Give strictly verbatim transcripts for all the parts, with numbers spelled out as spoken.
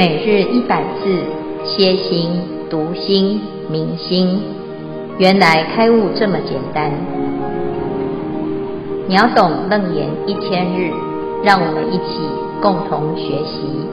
每日一百字，歇心、读心、明心，原来开悟这么简单。秒懂楞严一千日，让我们一起共同学习。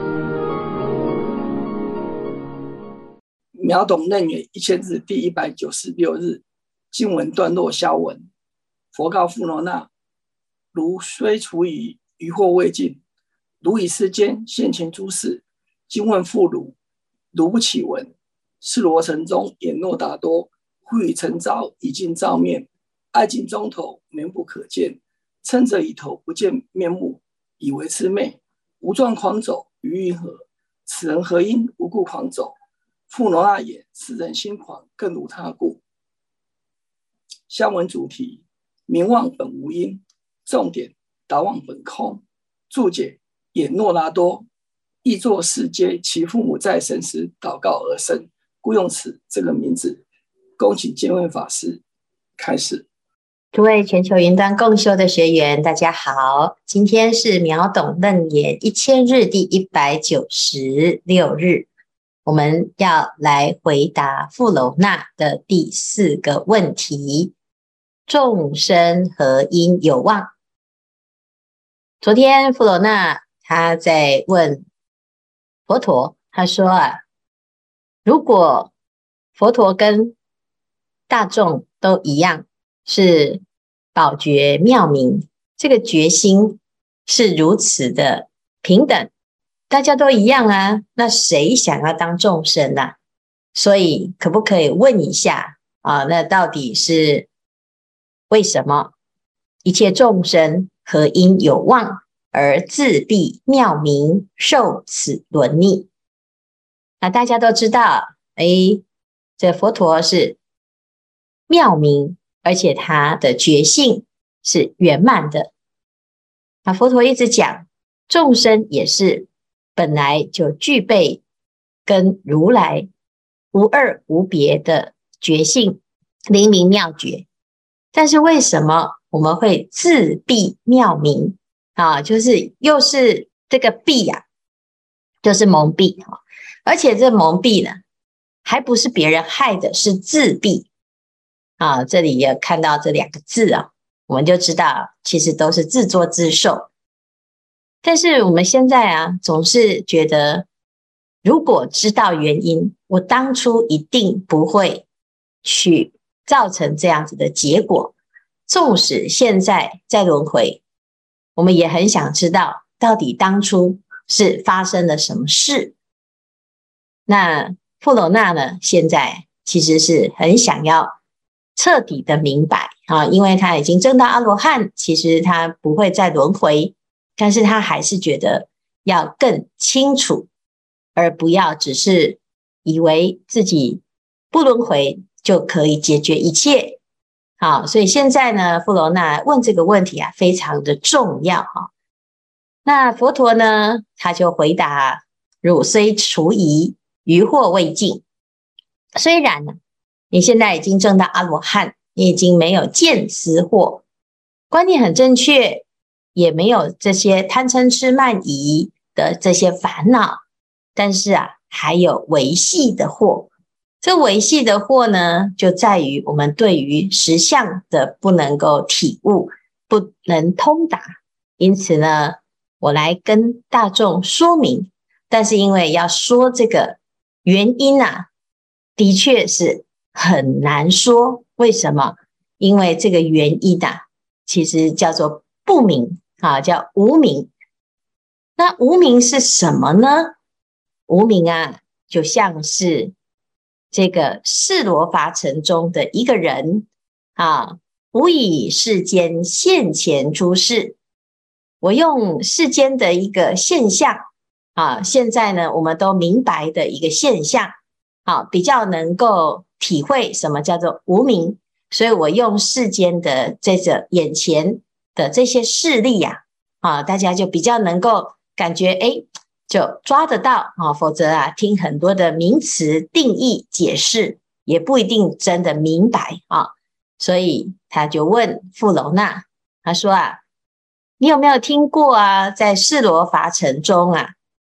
秒懂楞严一千日第一百九十六日，经文段落消文。佛告富罗那：如虽处于疑惑未尽，如以世间现前诸事，今问复汝，汝不启闻。是罗城中眼诺达多，忽以晨朝已尽照面，爱尽中头，面不可见。嗔者以头不见面目，以为痴昧，无状狂走，于云何？此人何因无故狂走？富罗那也：此人心狂，更如他故。下文主题：名望本无因，重点：达望本空。注解：眼诺达多译作世皆其父母在生时祷告而生，故用此这个名字。恭请见慧法师开始。 诸位全球云端共修的学员，大家好，今天是秒懂楞严一千日第一百九十六日，我们要来回答富楼那的第四个问题：众生何因有望？昨天富楼那他在问佛陀，他说啊，如果佛陀跟大众都一样，是宝觉妙明，这个决心是如此的平等，大家都一样啊，那谁想要当众生啊？所以可不可以问一下啊？那到底是为什么一切众生何因有望而自闭妙明，受此轮逆？那大家都知道，诶，这佛陀是妙明，而且他的觉性是圆满的。那佛陀一直讲，众生也是本来就具备跟如来无二无别的觉性，灵明妙觉。但是为什么我们会自闭妙明啊？就是又是这个闭啊，就是蒙蔽啊，而且这蒙蔽呢，还不是别人害的，是自闭。啊，这里也看到这两个字啊，我们就知道其实都是自作自受。但是我们现在啊，总是觉得如果知道原因，我当初一定不会去造成这样子的结果。纵使现在在轮回，我们也很想知道到底当初是发生了什么事。那富楼那呢，现在其实是很想要彻底的明白啊，因为他已经证到阿罗汉，其实他不会再轮回，但是他还是觉得要更清楚，而不要只是以为自己不轮回就可以解决一切。好，所以现在呢，富楼那问这个问题啊，非常的重要哈。那佛陀呢，他就回答：汝虽除疑，疑惑未尽。虽然呢，你现在已经证到阿罗汉，你已经没有见思惑，观念很正确，也没有这些贪嗔痴慢疑的这些烦恼，但是啊，还有微细的惑。这微细的惑呢，就在于我们对于实相的不能够体悟，不能通达。因此呢，我来跟大众说明，但是因为要说这个原因啊，的确是很难说。为什么？因为这个原因啊，其实叫做不明啊，叫无明。那无明是什么呢？无明啊，就像是这个释罗伐城中的一个人啊，吾以世间现前诸事，我用世间的一个现象啊，现在呢，我们都明白的一个现象。好，比较能够体会什么叫做无明，所以我用世间的这个眼前的这些事例呀、啊，啊，大家就比较能够感觉，哎，就抓得到啊。否则啊，听很多的名词定义解释，也不一定真的明白啊。所以他就问富楼那，他说啊，你有没有听过啊，在释罗伐城中啊，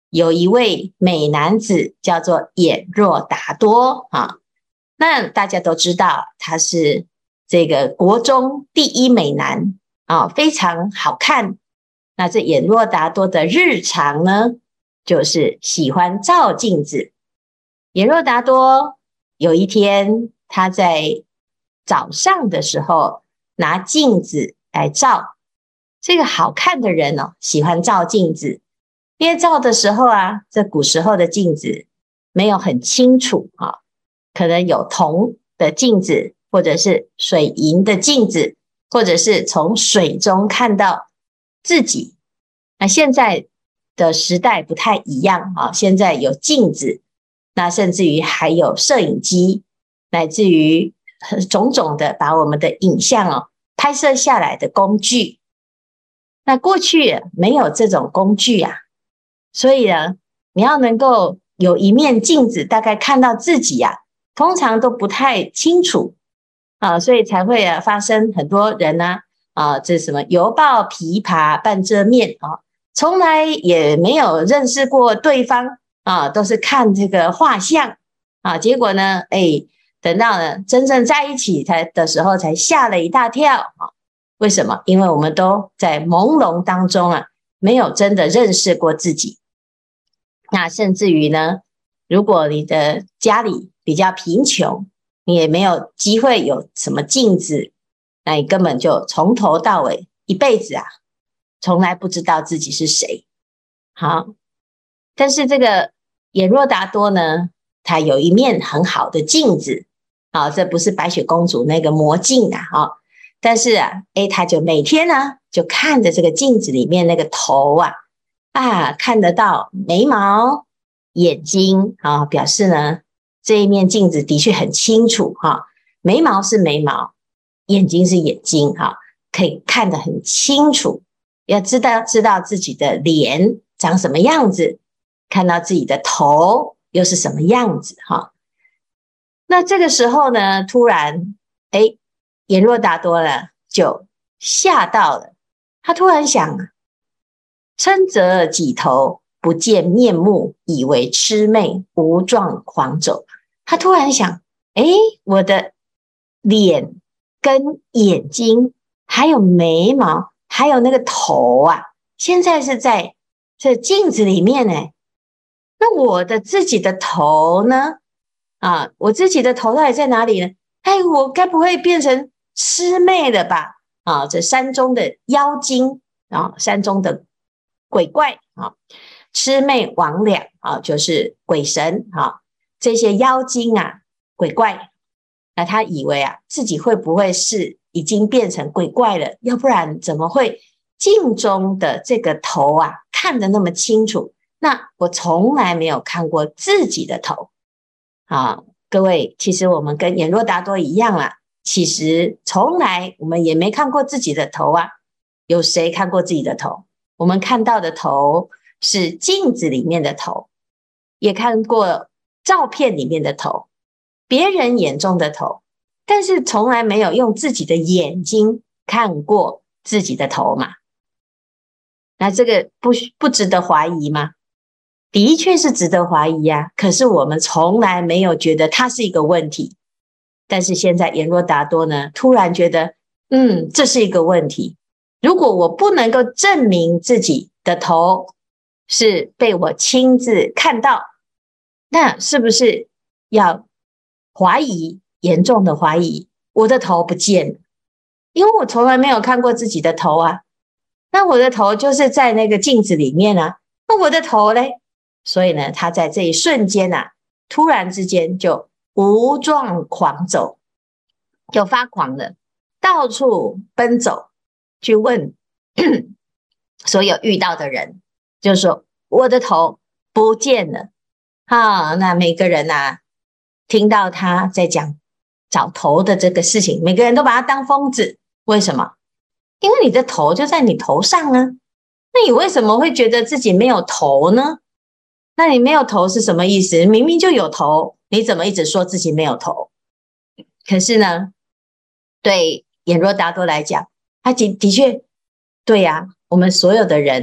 有一位美男子叫做眼若达多啊，那大家都知道他是这个国中第一美男啊，非常好看。那这眼若达多的日常呢，就是喜欢照镜子。眼若达多有一天，他在早上的时候拿镜子来照。这个好看的人哦，喜欢照镜子，因为照的时候啊，这古时候的镜子没有很清楚啊，可能有铜的镜子，或者是水银的镜子，或者是从水中看到自己。那现在的时代不太一样啊，现在有镜子，那甚至于还有摄影机，乃至于种种的把我们的影像哦拍摄下来的工具。那过去没有这种工具啊，所以呢，你要能够有一面镜子，大概看到自己啊，通常都不太清楚啊，所以才会啊发生很多人呢 啊, 啊，这什么犹抱琵琶半遮面啊，从来也没有认识过对方啊，都是看这个画像啊，结果呢，哎，等到呢真正在一起才的时候，才吓了一大跳啊。为什么？因为我们都在朦胧当中啊，没有真的认识过自己。那甚至于呢，如果你的家里比较贫穷，你也没有机会有什么镜子，那你根本就从头到尾一辈子啊，从来不知道自己是谁。好，但是这个眼若达多呢，他有一面很好的镜子啊，这不是白雪公主那个魔镜啊，啊但是啊，诶，他就每天呢，就看着这个镜子里面那个头啊，啊，看得到眉毛、眼睛啊，表示呢，这一面镜子的确很清楚哈、啊，眉毛是眉毛，眼睛是眼睛哈、啊，可以看得很清楚，要知道知道自己的脸长什么样子，看到自己的头又是什么样子哈、啊。那这个时候呢，突然，诶。眼若达多呢，就吓到了。他突然想，嗔则几头，不见面目，以为魑魅，无状狂走。他突然想，诶，我的脸跟眼睛，还有眉毛，还有那个头啊，现在是在这镜子里面呢。那我的自己的头呢？啊，我自己的头到底在哪里呢？哎，我该不会变成魑魅了吧？啊，这山中的妖精啊，山中的鬼怪啊，魑魅魍魉啊，就是鬼神啊，这些妖精啊，鬼怪，那他以为啊，自己会不会是已经变成鬼怪了？要不然怎么会镜中的这个头啊，看得那么清楚？那我从来没有看过自己的头啊，各位，其实我们跟眼若达多一样啦。其实从来我们也没看过自己的头啊，有谁看过自己的头？我们看到的头是镜子里面的头，也看过照片里面的头，别人眼中的头，但是从来没有用自己的眼睛看过自己的头嘛。那这个不不值得怀疑吗？的确是值得怀疑啊，可是我们从来没有觉得它是一个问题。但是现在眼若达多呢，突然觉得，嗯，这是一个问题。如果我不能够证明自己的头是被我亲自看到，那是不是要怀疑，严重的怀疑我的头不见了？因为我从来没有看过自己的头啊，那我的头就是在那个镜子里面啊，那我的头嘞？所以呢，他在这一瞬间啊，突然之间就无状狂走，就发狂了，到处奔走，去问所有遇到的人，就说我的头不见了。啊，那每个人啊，听到他在讲找头的这个事情，每个人都把他当疯子。为什么？因为你的头就在你头上啊，那你为什么会觉得自己没有头呢？那你没有头是什么意思？明明就有头，你怎么一直说自己没有头？可是呢，对眼若达多来讲，他的的确对呀、啊，我们所有的人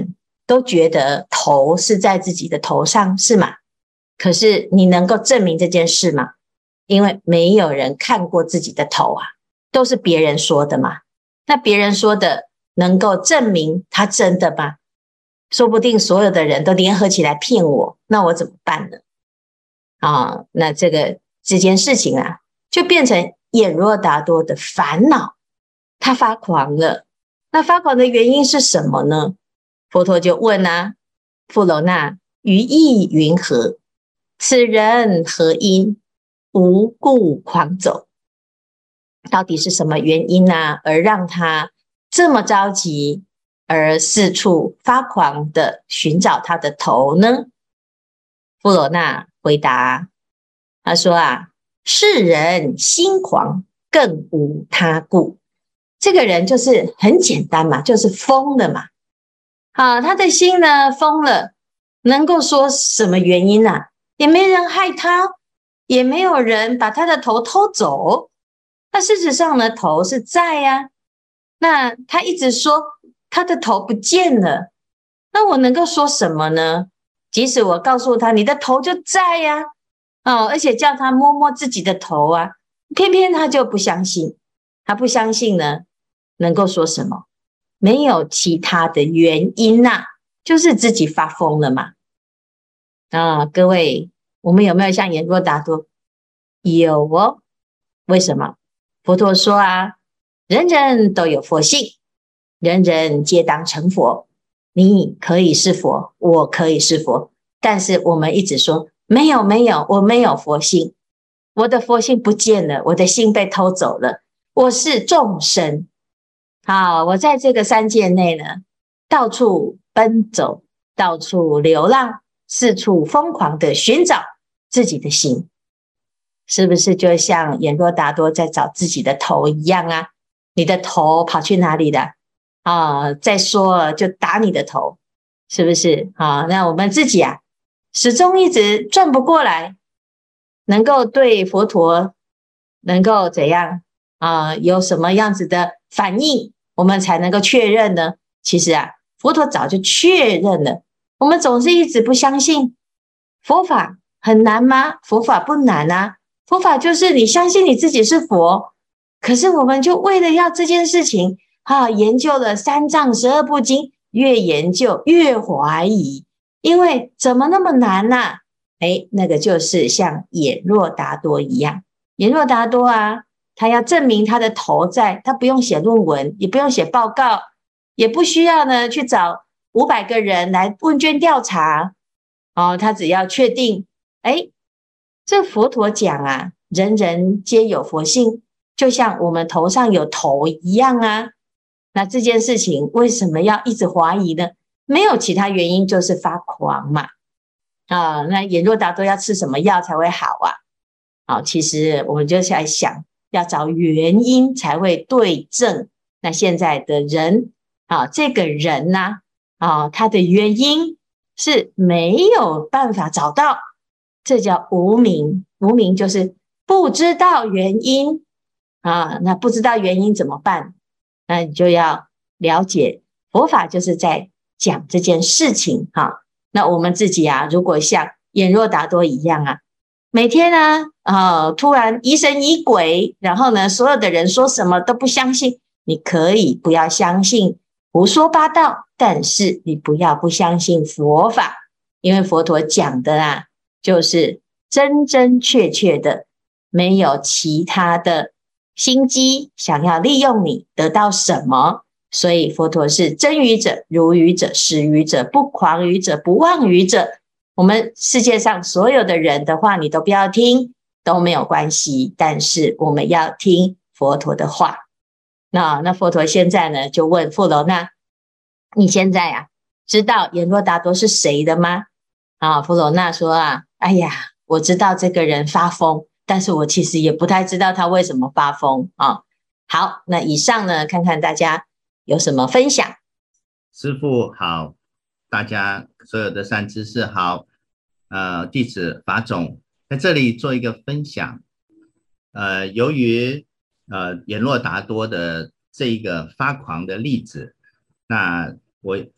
都觉得头是在自己的头上，是吗？可是你能够证明这件事吗？因为没有人看过自己的头啊，都是别人说的嘛。那别人说的能够证明它真的吗？说不定所有的人都联合起来骗我，那我怎么办呢？啊，那这个这件事情啊，就变成眼若达多的烦恼，他发狂了。那发狂的原因是什么呢？佛陀就问啊，富楼那，于意云何？此人何因无故狂走？到底是什么原因啊，而让他这么着急，而四处发狂的寻找他的头呢？富楼那回答，他说啊，世人心狂，更无他故。这个人就是很简单嘛，就是疯了嘛。啊，他的心呢疯了，能够说什么原因啊？也没人害他，也没有人把他的头偷走。那事实上呢，头是在呀、啊。那他一直说他的头不见了，那我能够说什么呢？即使我告诉他你的头就在呀、啊，哦，而且叫他摸摸自己的头啊，偏偏他就不相信。他不相信呢，能够说什么？没有其他的原因呐、啊，就是自己发疯了嘛。啊，各位，我们有没有像眼若达多？有哦。为什么？佛陀说啊，人人都有佛性，人人皆当成佛。你可以是佛，我可以是佛，但是我们一直说没有没有，我没有佛性，我的佛性不见了，我的心被偷走了，我是众生。好，我在这个三界内呢，到处奔走，到处流浪，四处疯狂的寻找自己的心，是不是就像眼若达多在找自己的头一样啊？你的头跑去哪里了？啊，再说就打你的头，是不是？啊，那我们自己啊，始终一直转不过来，能够对佛陀能够怎样啊？有什么样子的反应？我们才能够确认呢？其实啊，佛陀早就确认了。我们总是一直不相信佛法很难吗？佛法不难啊，佛法就是你相信你自己是佛。可是我们就为了要这件事情啊，研究了三藏十二部经，越研究越怀疑，因为怎么那么难呢、啊？哎，那个就是像眼若达多一样，眼若达多啊。他要证明他的头在，他不用写论文，也不用写报告，也不需要呢去找五百个人来问卷调查哦，他只要确定，哎，这佛陀讲啊，人人皆有佛性，就像我们头上有头一样啊。那这件事情为什么要一直怀疑呢？没有其他原因，就是发狂嘛。啊，那眼若达多要吃什么药才会好啊？好，其实我们就在想。要找原因才会对症。那现在的人啊，这个人呢 啊, 啊，他的原因是没有办法找到，这叫无明。无明就是不知道原因啊。那不知道原因怎么办？那你就要了解佛法就是在讲这件事情哈、啊。那我们自己啊，如果像眼若达多一样啊。每天呢，呃，突然疑神疑鬼，然后呢，所有的人说什么都不相信。你可以不要相信胡说八道，但是你不要不相信佛法，因为佛陀讲的啊，就是真真确确的，没有其他的心机，想要利用你得到什么。所以佛陀是真语者、如语者、实语者、不诳语者、不妄语者。我们世界上所有的人的话，你都不要听，都没有关系。但是我们要听佛陀的话。那那佛陀现在呢，就问富楼那，你现在啊，知道眼若达多是谁的吗？啊，富楼那说啊，哎呀，我知道这个人发疯，但是我其实也不太知道他为什么发疯啊。好，那以上呢，看看大家有什么分享。 师父好，大家所有的善知识好，呃，弟子法总在这里做一个分享。呃，由于呃眼若达多的这一个发狂的例子，那我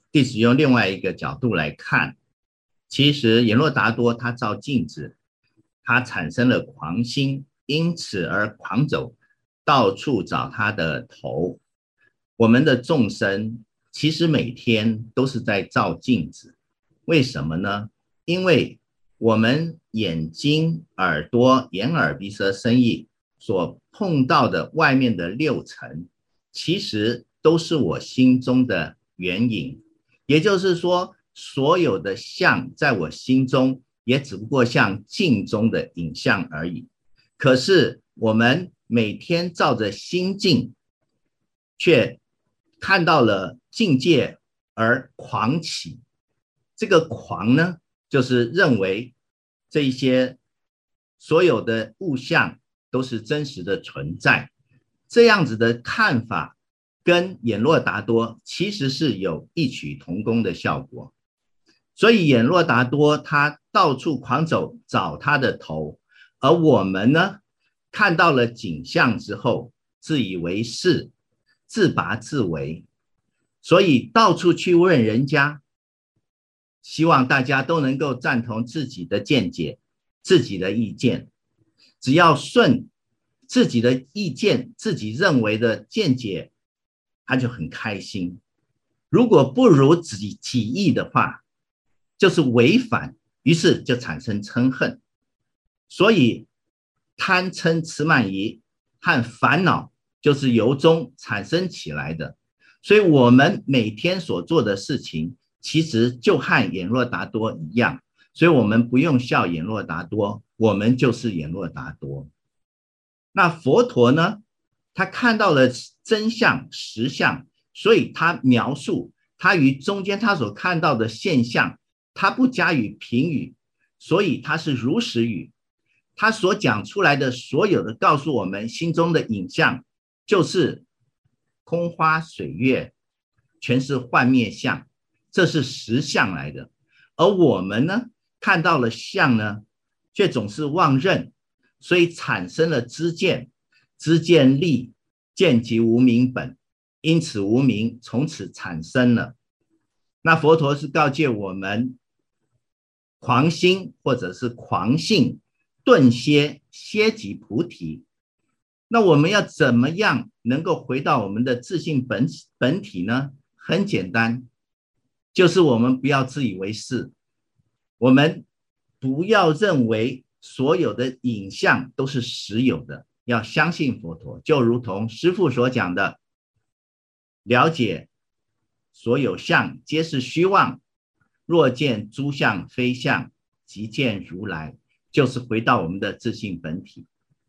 弟子用另外一个角度来看，其实阎罗达多他照镜子，他产生了狂心，因此而狂走，到处找他的头。我们的众生其实每天都是在照镜子，为什么呢？因为我们眼睛、耳朵、眼耳鼻舌身意所碰到的外面的六尘，其实都是我心中的原影。也就是说，所有的相在我心中也只不过像镜中的影像而已。可是我们每天照着心镜，却看到了境界而狂起。这个狂呢，就是认为这一些所有的物象都是真实的存在。这样子的看法跟阎罗达多其实是有异曲同工的效果。所以阎罗达多他到处狂走找他的头，而我们呢，看到了景象之后自以为是，自拔自为，所以到处去问人家，希望大家都能够赞同自己的见解，自己的意见。只要顺自己的意见，自己认为的见解，他就很开心。如果不如自己己意的话，就是违反，于是就产生嗔恨。所以贪嗔痴慢疑和烦恼就是由衷产生起来的。所以我们每天所做的事情其实就和阎罗达多一样，所以我们不用笑阎罗达多，我们就是阎罗达多。那佛陀呢，他看到了真相实相，所以他描述他于中间他所看到的现象，他不加以评语，所以他是如实语。他所讲出来的所有的告诉我们心中的影像，就是空花水月，全是幻灭相，这是实相来的。而我们呢，看到了相呢，却总是妄认，所以产生了知见，知见立，见即无明本，因此无明从此产生了。那佛陀是告诫我们，狂心或者是狂性顿歇，歇即菩提。那我们要怎么样能够回到我们的自性 本, 本体呢？很简单，就是我们不要自以为是，我们不要认为所有的影像都是实有的，要相信佛陀。就如同师父所讲的，了解所有相皆是虚妄，若见诸相非相，即见如来，就是回到我们的自性本体。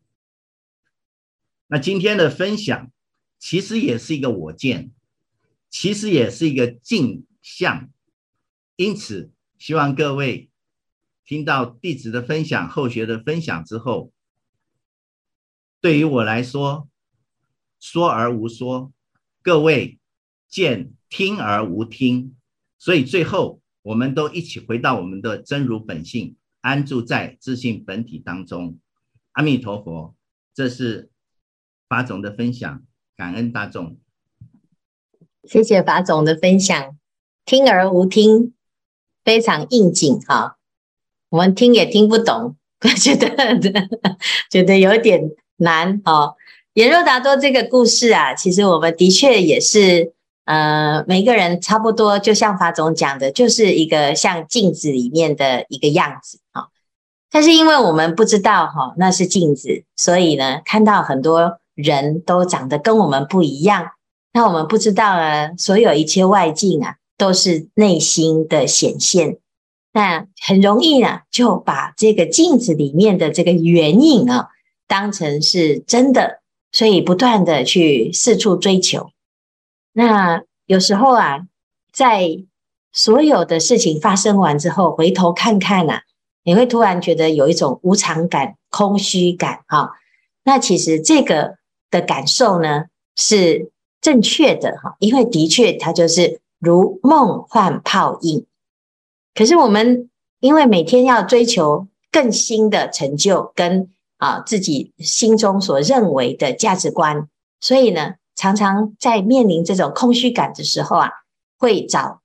那今天的分享其实也是一个我见，其实也是一个镜像。因此希望各位听到弟子的分享，后学的分享之后，对于我来说，说而无说，各位见听而无听，所以最后我们都一起回到我们的真如本性，安住在自性本体当中。阿弥陀佛。这是法总的分享，感恩大众。 谢谢法总的分享，听而无听，非常应景哈。我们听也听不懂，觉得觉得有点难哦。阎罗达多这个故事啊，其实我们的确也是，呃，每个人差不多，就像法总讲的，就是一个像镜子里面的一个样子哈。但是因为我们不知道哈，那是镜子，所以呢，看到很多人都长得跟我们不一样。那我们不知道呢，所有一切外境啊，都是内心的显现。那很容易呢，就把这个镜子里面的这个原影啊，当成是真的，所以不断的去四处追求。那有时候啊，在所有的事情发生完之后，回头看看啊，你会突然觉得有一种无常感、空虚感哈。那其实这个的感受呢，是正确的哈，因为的确它就是如梦幻泡影。可是我们因为每天要追求更新的成就跟啊自己心中所认为的价值观，所以呢，常常在面临这种空虚感的时候啊，会找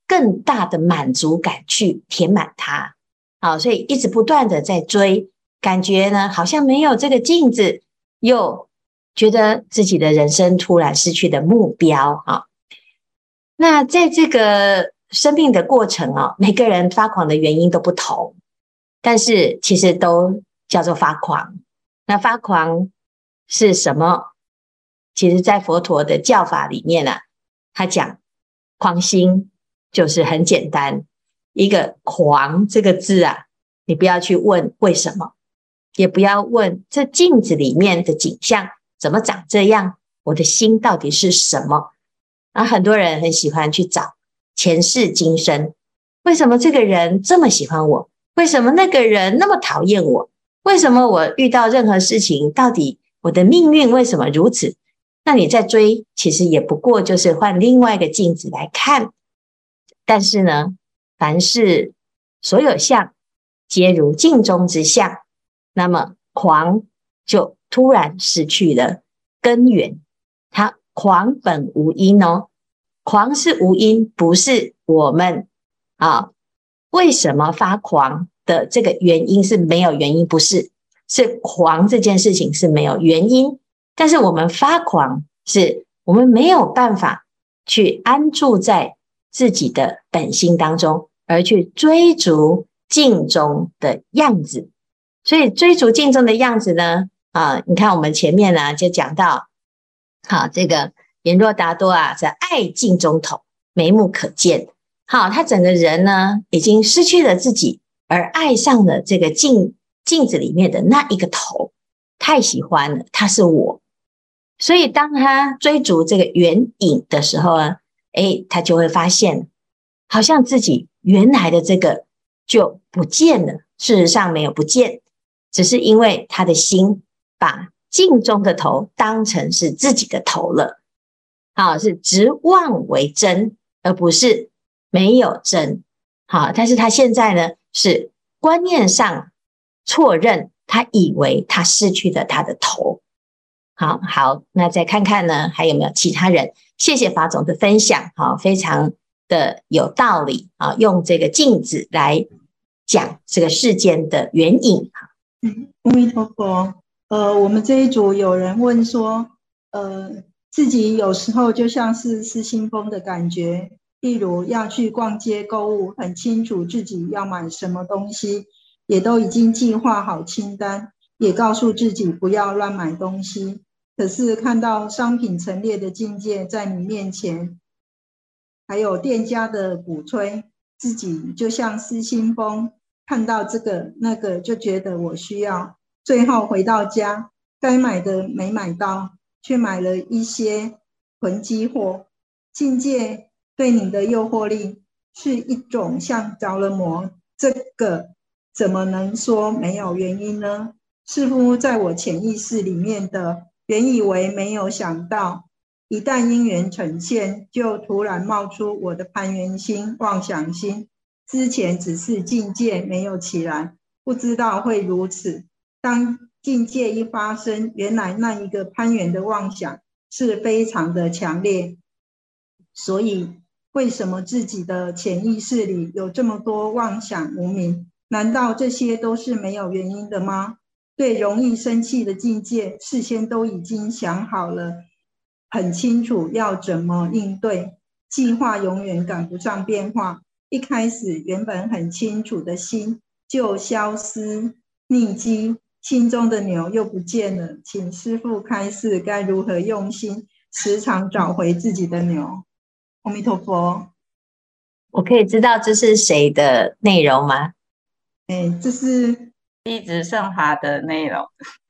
更大的满足感去填满它。好，所以一直不断的在追，感觉呢好像没有这个镜子，又觉得自己的人生突然失去的目标哈。那在这个生命的过程啊，每个人发狂的原因都不同，但是其实都叫做发狂。那发狂是什么？其实在佛陀的教法里面啊，他讲狂心就是很简单，一个狂这个字啊，你不要去问为什么，也不要问这镜子里面的景象怎么长这样，我的心到底是什么。然后很多人很喜欢去找前世今生，为什么这个人这么喜欢我？为什么那个人那么讨厌我？为什么我遇到任何事情，到底我的命运为什么如此？那你在追，其实也不过就是换另外一个镜子来看。但是呢，凡是所有相皆如镜中之相，那么狂就突然失去了根源。它狂本无因哦，狂是无因，不是我们啊为什么发狂的这个原因是没有原因，不是，是狂这件事情是没有原因。但是我们发狂，是我们没有办法去安住在自己的本心当中，而去追逐镜中的样子。所以追逐镜中的样子呢，啊，你看我们前面呢就讲到，好，这个颜若达多啊，在爱镜中头，眉目可见。好，他整个人呢已经失去了自己，而爱上了这个镜镜子里面的那一个头，太喜欢了，他是我。所以当他追逐这个原影的时候呢，诶，他就会发现好像自己原来的这个就不见了。事实上没有不见，只是因为他的心把镜中的头当成是自己的头了。好，是执妄为真，而不是没有真。好，但是他现在呢是观念上错认，他以为他失去了他的头。好好，那再看看呢，还有没有其他人？谢谢法总的分享，好，非常的有道理啊，用这个镜子来讲这个事件的原因。 嗯，阿弥陀佛。呃，我们这一组有人问说，呃，自己有时候就像是失心疯的感觉，例如要去逛街购物，很清楚自己要买什么东西，也都已经计划好清单，也告诉自己不要乱买东西。可是看到商品陈列的境界在你面前，还有店家的鼓吹，自己就像失心疯，看到这个那个就觉得我需要，最后回到家该买的没买到，却买了一些囤积货。境界对你的诱惑力是一种像着了魔，这个怎么能说没有原因呢？似乎在我潜意识里面的原以为没有想到，一旦因缘呈现，就突然冒出我的攀缘心、妄想心。之前只是境界没有起来，不知道会如此。当境界一发生，原来那一个攀缘的妄想是非常的强烈。所以为什么自己的潜意识里有这么多妄想无明？难道这些都是没有原因的吗？对容易生气的境界，事先都已经想好了，很清楚要怎么应对。计划永远赶不上变化，一开始原本很清楚的心就消失匿迹，心中的牛又不见了。请师父开示该如何用心时常找回自己的牛。阿弥陀佛。 我可以知道这是谁的内容吗？ 哎，这是弟子圣法的内容。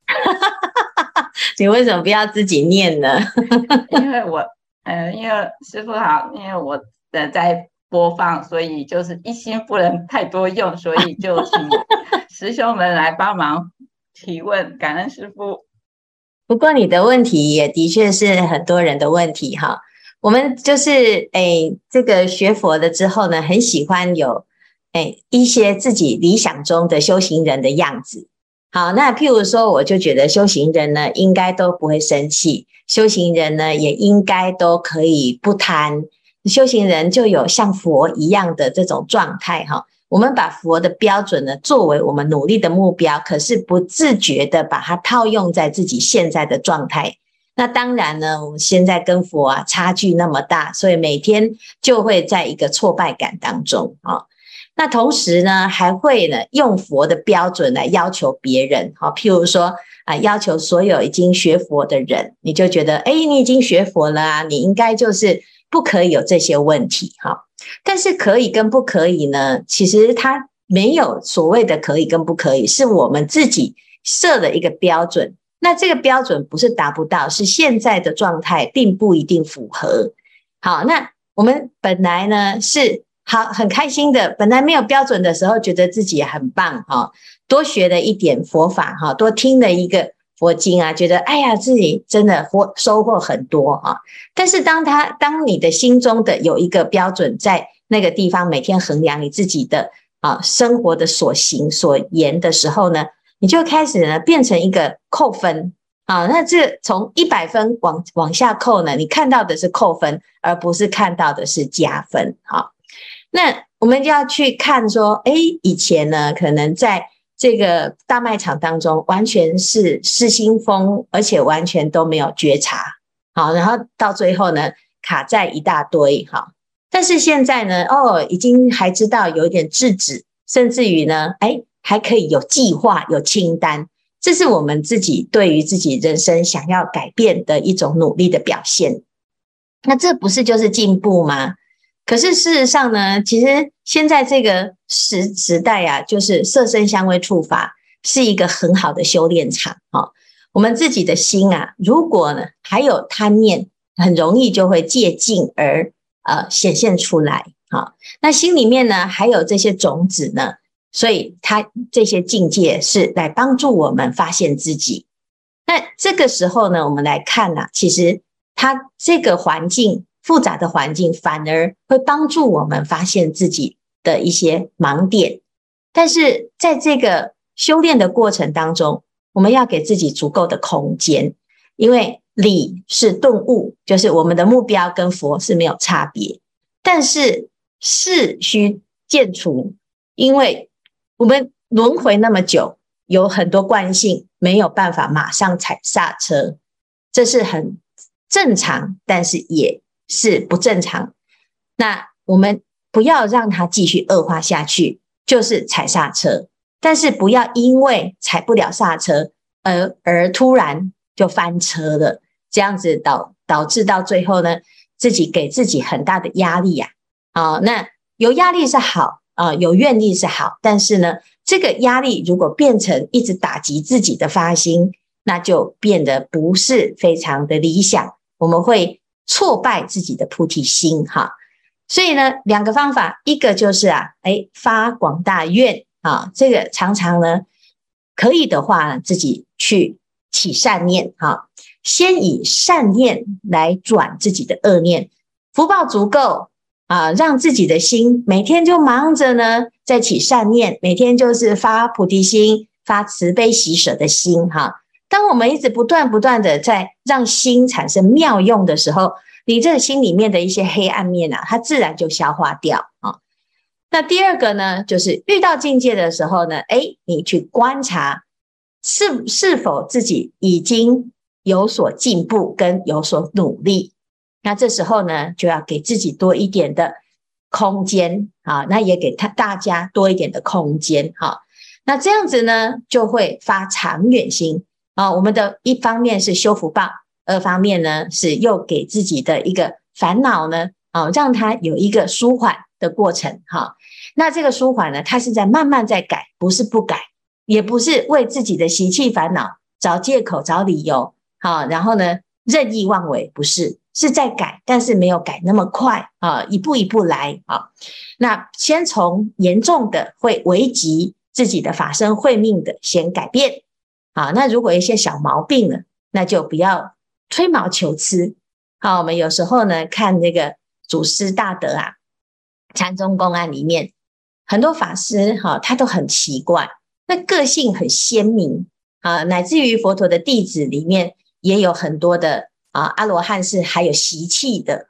你为什么不要自己念呢？ 因为我呃，因为师父好，因为我的在播放，所以就是一心不能太多用，所以就请师兄们来帮忙提问，感恩师父。 不过你的问题也的确是很多人的问题哈。我们就是诶，这个学佛的之后呢，很喜欢有诶一些自己理想中的修行人的样子。好，那譬如说，我就觉得修行人呢，应该都不会生气，修行人呢，也应该都可以不贪， 修行人就有像佛一样的这种状态哈。我们把佛的标准呢作为我们努力的目标，可是不自觉的把它套用在自己现在的状态。那当然呢，我们现在跟佛啊差距那么大，所以每天就会在一个挫败感当中啊。那同时呢，还会呢用佛的标准来要求别人，好，譬如说啊，要求所有已经学佛的人，你就觉得，哎，你已经学佛了啊，你应该就是不可以有这些问题，哈。但是可以跟不可以呢，其实它没有所谓的可以跟不可以，是我们自己设的一个标准。那这个标准不是达不到，是现在的状态并不一定符合。好，那我们本来呢是好很开心的，本来没有标准的时候，觉得自己很棒哈，多学了一点佛法哈，多听了一个佛经啊，觉得哎呀自己真的获收获很多啊。但是当他当你的心中的有一个标准在那个地方，每天衡量你自己的啊生活的所行所言的时候呢，你就开始呢变成一个扣分啊。那这从一百分往往下扣呢，你看到的是扣分，而不是看到的是加分啊。那我们就要去看说，哎，以前呢可能在这个大卖场当中完全是失心疯，而且完全都没有觉察，好，然后到最后呢卡在一大堆哈。但是现在呢，哦，已经还知道有一点制止，甚至于呢，哎，还可以有计划、有清单，这是我们自己对于自己人生想要改变的一种努力的表现。那这不是就是进步吗？可是事实上呢，其实现在这个时时代啊，就是色声香味触法是一个很好的修炼场啊、哦。我们自己的心啊，如果呢还有贪念，很容易就会借境而呃显现出来啊、哦。那心里面呢还有这些种子呢，所以它这些境界是来帮助我们发现自己。那这个时候呢，我们来看啊，其实它这个环境。复杂的环境反而会帮助我们发现自己的一些盲点，但是在这个修炼的过程当中，我们要给自己足够的空间，因为理是顿悟，就是我们的目标跟佛是没有差别，但是事需渐除，因为我们轮回那么久，有很多惯性没有办法马上踩刹车，这是很正常，但是也是不正常。那我们不要让它继续恶化下去，就是踩刹车，但是不要因为踩不了刹车而而突然就翻车了，这样子导导致到最后呢，自己给自己很大的压力啊。啊，那有压力是好啊，有愿力是好，但是呢，这个压力如果变成一直打击自己的发心，那就变得不是非常的理想，我们会挫败自己的菩提心哈。所以呢，两个方法，一个就是啊，哎，发广大愿啊，这个常常呢，可以的话，自己去起善念哈，先以善念来转自己的恶念，福报足够啊，让自己的心每天就忙着呢，在起善念，每天就是发菩提心，发慈悲喜舍的心哈。当我们一直不断不断的在让心产生妙用的时候，你这个心里面的一些黑暗面啊，它自然就消化掉啊。那第二个呢，就是遇到境界的时候呢，哎，你去观察是是否自己已经有所进步跟有所努力。那这时候呢，就要给自己多一点的空间啊，那也给他大家多一点的空间哈。那这样子呢，就会发长远心啊。我们的一方面是修福报，二方面呢是又给自己的一个烦恼呢，啊，让它有一个舒缓的过程哈。那这个舒缓呢，它是在慢慢在改，不是不改，也不是为自己的习气烦恼找借口找理由，好，然后呢任意妄为，不是，是在改，但是没有改那么快啊，一步一步来啊。那先从严重的会危及自己的法身慧命的先改变啊。那如果一些小毛病呢，那就不要吹毛求疵。好，我们有时候呢看这个祖师大德啊，禅宗公案里面很多法师哈，他都很奇怪，那个性很鲜明啊，乃至于佛陀的弟子里面也有很多的啊阿罗汉是还有习气的哈，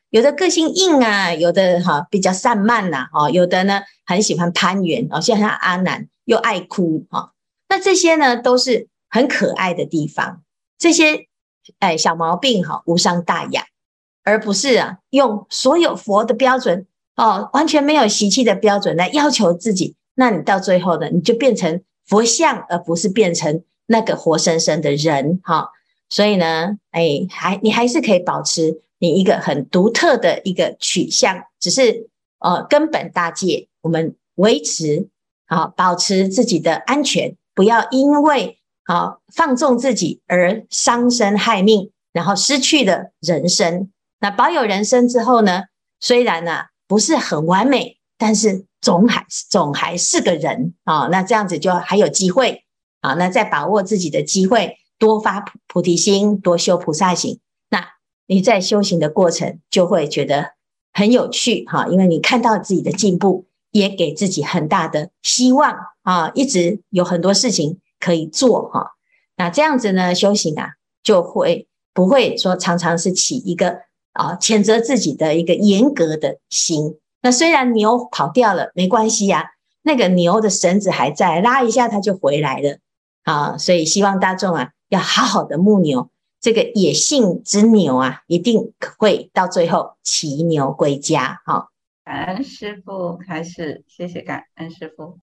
有的个性硬啊，有的哈、比较散漫呐、啊，哦，有的呢很喜欢攀援哦，像像阿难又爱哭哈、哦，那这些呢都是很可爱的地方，这些哎小毛病哈、哦、无伤大雅，而不是啊用所有佛的标准哦，完全没有习气的标准来要求自己，那你到最后呢，你就变成佛像，而不是变成那个活生生的人哈、哦。所以呢，哎，还你还是可以保持你一个很独特的一个取向，只是呃根本大戒，我们维持好、啊，保持自己的安全，不要因为好、啊、放纵自己而伤身害命，然后失去了人生。那保有人生之后呢，虽然呢、啊、不是很完美，但是总还总还是个人啊，那这样子就还有机会啊，那再把握自己的机会。多发菩提心，多修菩萨行，那你在修行的过程就会觉得很有趣哈，因为你看到自己的进步，也给自己很大的希望啊，一直有很多事情可以做哈。那这样子呢，修行啊，就会不会说常常是起一个啊谴责自己的一个严格的心。那虽然牛跑掉了，没关系呀、啊，那个牛的绳子还在，拉一下它就回来了啊。所以希望大众啊。要好好的牧牛，这个野性之牛啊，一定会到最后骑牛归家。好， 感恩师父开示，谢谢感恩师父。